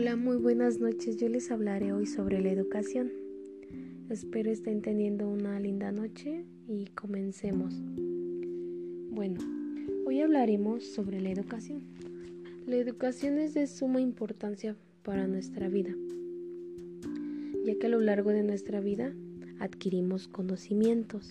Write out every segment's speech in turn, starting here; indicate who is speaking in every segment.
Speaker 1: Hola, muy buenas noches. Yo les hablaré hoy sobre la educación. Espero estén teniendo una linda noche y comencemos. Bueno, hoy hablaremos sobre la educación. La educación es de suma importancia para nuestra vida, ya que a lo largo de nuestra vida adquirimos conocimientos.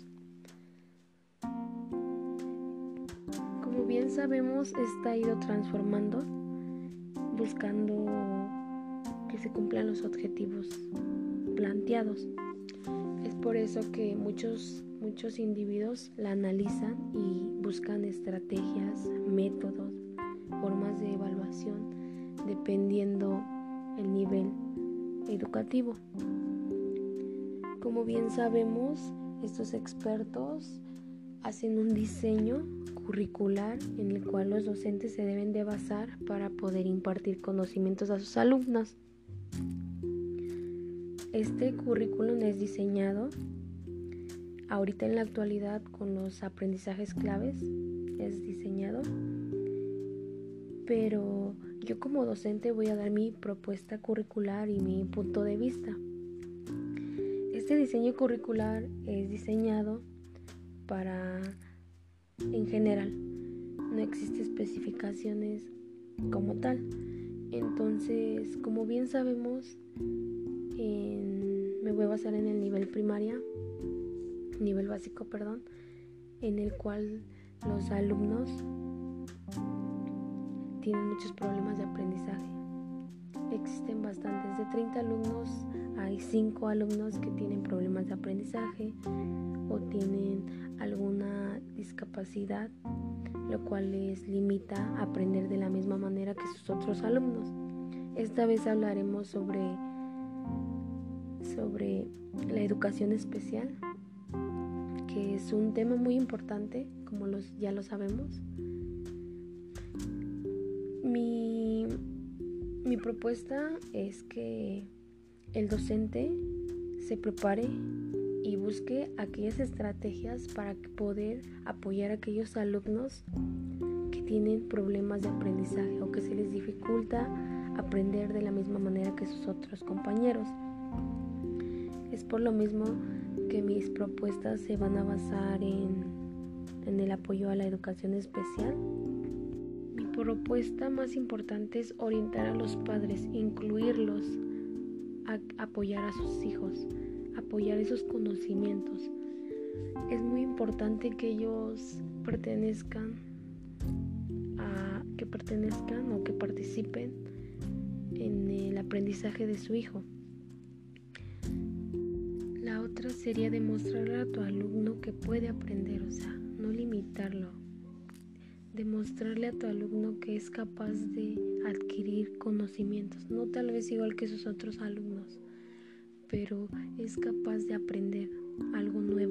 Speaker 1: Como bien sabemos, esta ha ido transformando, buscando que se cumplan los objetivos planteados. Es por eso que muchos individuos la analizan y buscan estrategias, métodos, formas de evaluación dependiendo el nivel educativo. Como bien sabemos, estos expertos hacen un diseño curricular en el cual los docentes se deben de basar para poder impartir conocimientos a sus alumnos. Este currículum es diseñado ahorita en la actualidad con los aprendizajes claves, es diseñado, pero yo como docente voy a dar mi propuesta curricular y mi punto de vista. Este diseño curricular es diseñado en general, no existen especificaciones como tal. Entonces, como bien sabemos, me voy a basar en el nivel básico, en el cual los alumnos tienen muchos problemas de aprendizaje. Existen bastantes, de 30 alumnos hay 5 alumnos que tienen problemas de aprendizaje o tienen alguna discapacidad, lo cual les limita a aprender de la misma manera que sus otros alumnos. Esta vez hablaremos sobre la educación especial, que es un tema muy importante, como ya lo sabemos. Mi propuesta es que el docente se prepare y busque aquellas estrategias para poder apoyar a aquellos alumnos que tienen problemas de aprendizaje o que se les dificulta aprender de la misma manera que sus otros compañeros. Es por lo mismo que mis propuestas se van a basar en el apoyo a la educación especial. Mi propuesta más importante es orientar a los padres, incluirlos, apoyar a sus hijos, apoyar esos conocimientos. Es muy importante que ellos o que participen en el aprendizaje de su hijo. La otra sería demostrarle a tu alumno que puede aprender, no limitarlo. Demostrarle a tu alumno que es capaz de adquirir conocimientos, no tal vez igual que sus otros alumnos, pero es capaz de aprender algo nuevo.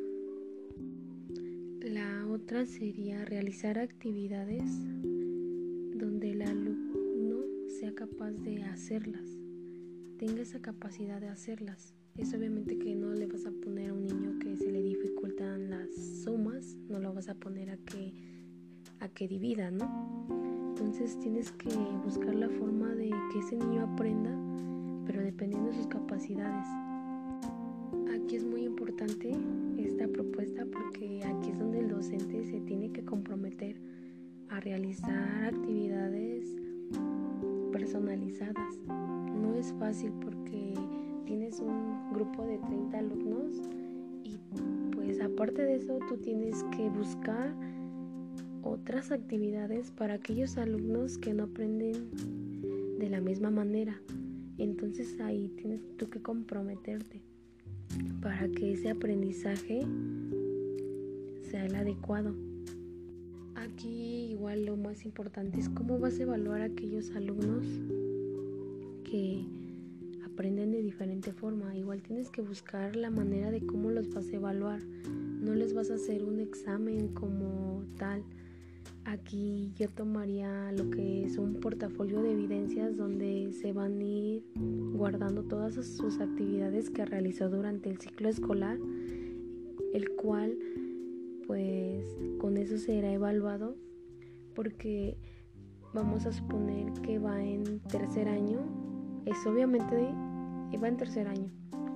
Speaker 1: La otra sería realizar actividades donde el alumno sea capaz de hacerlas, tenga esa capacidad de hacerlas. Es obviamente que no le vas a poner a un niño que se le dificultan las sumas, no lo vas a poner a que divida, ¿no? Entonces tienes que buscar la forma de que ese niño aprenda, pero dependiendo de sus capacidades. Aquí es muy importante esta propuesta porque aquí es donde el docente se tiene que comprometer a realizar actividades personalizadas. No es fácil porque tienes un grupo de 30 alumnos y pues aparte de eso tú tienes que buscar otras actividades para aquellos alumnos que no aprenden de la misma manera. Entonces ahí tienes tú que comprometerte para que ese aprendizaje sea el adecuado. Aquí igual lo más importante es cómo vas a evaluar a aquellos alumnos que aprenden de diferente forma. Igual tienes que buscar la manera de cómo los vas a evaluar. No les vas a hacer un examen como tal. Aquí yo tomaría lo que es un portafolio de evidencias donde se van a ir guardando todas sus actividades que realizó durante el ciclo escolar, el cual pues con eso será evaluado, porque vamos a suponer que va en tercer año es obviamente va en tercer año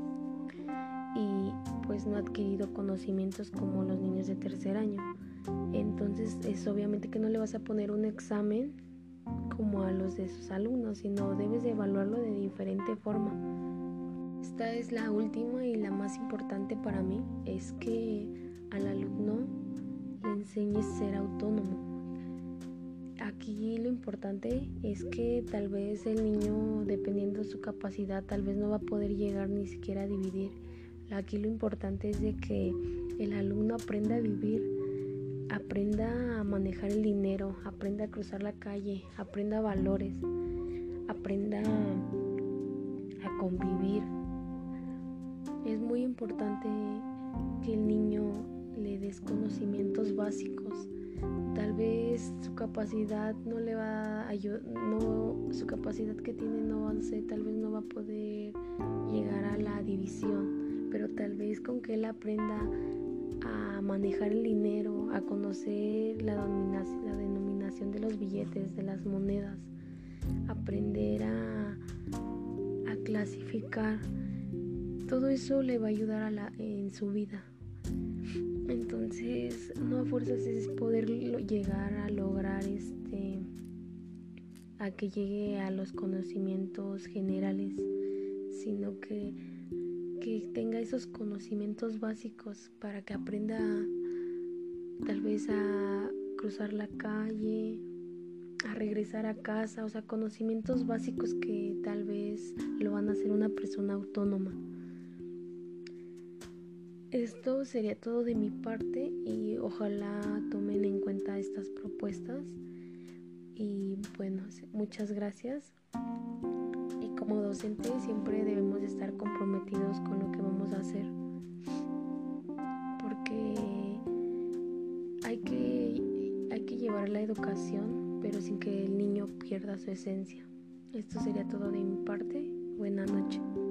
Speaker 1: y pues no ha adquirido conocimientos como los niños de tercer año. Entonces es obviamente que no le vas a poner un examen como a los de sus alumnos, sino debes de evaluarlo de diferente forma. Esta es la última y la más importante para mí, es que al alumno le enseñes a ser autónomo. Aquí lo importante es que tal vez el niño, dependiendo de su capacidad, tal vez no va a poder llegar ni siquiera a dividir. Aquí lo importante es de que el alumno aprenda a vivir, aprenda a manejar el dinero, aprenda a cruzar la calle, aprenda valores, aprenda a convivir. Es muy importante que el niño le des conocimientos básicos. Tal vez su capacidad no le va a ayudar, su capacidad que tiene no va a ser, tal vez no va a poder llegar a la división, pero tal vez con que él aprenda a manejar el dinero, a conocer la denominación de los billetes, de las monedas, aprender a clasificar, todo eso le va a ayudar en su vida. Entonces, no a fuerzas es poder llegar a lograr a que llegue a los conocimientos generales, sino que tenga esos conocimientos básicos para que aprenda tal vez a cruzar la calle, a regresar a casa, o sea, conocimientos básicos que tal vez lo van a hacer una persona autónoma. Esto sería todo de mi parte y ojalá tomen en cuenta estas propuestas. Y bueno, muchas gracias. Y como docente siempre debemos de estar comprometidos con lo que vamos a hacer, porque hay que llevar la educación, pero sin que el niño pierda su esencia. Esto sería todo de mi parte. Buenas noches.